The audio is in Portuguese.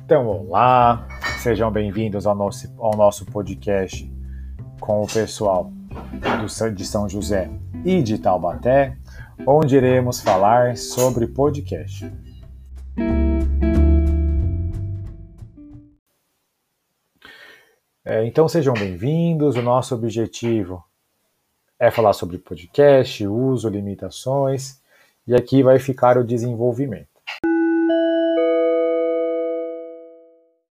Então, olá, sejam bem-vindos ao nosso podcast com o pessoal de São José e de Taubaté, onde iremos falar sobre podcast. Então, sejam bem-vindos. O nosso objetivo é falar sobre podcast, uso, limitações, e aqui vai ficar o desenvolvimento.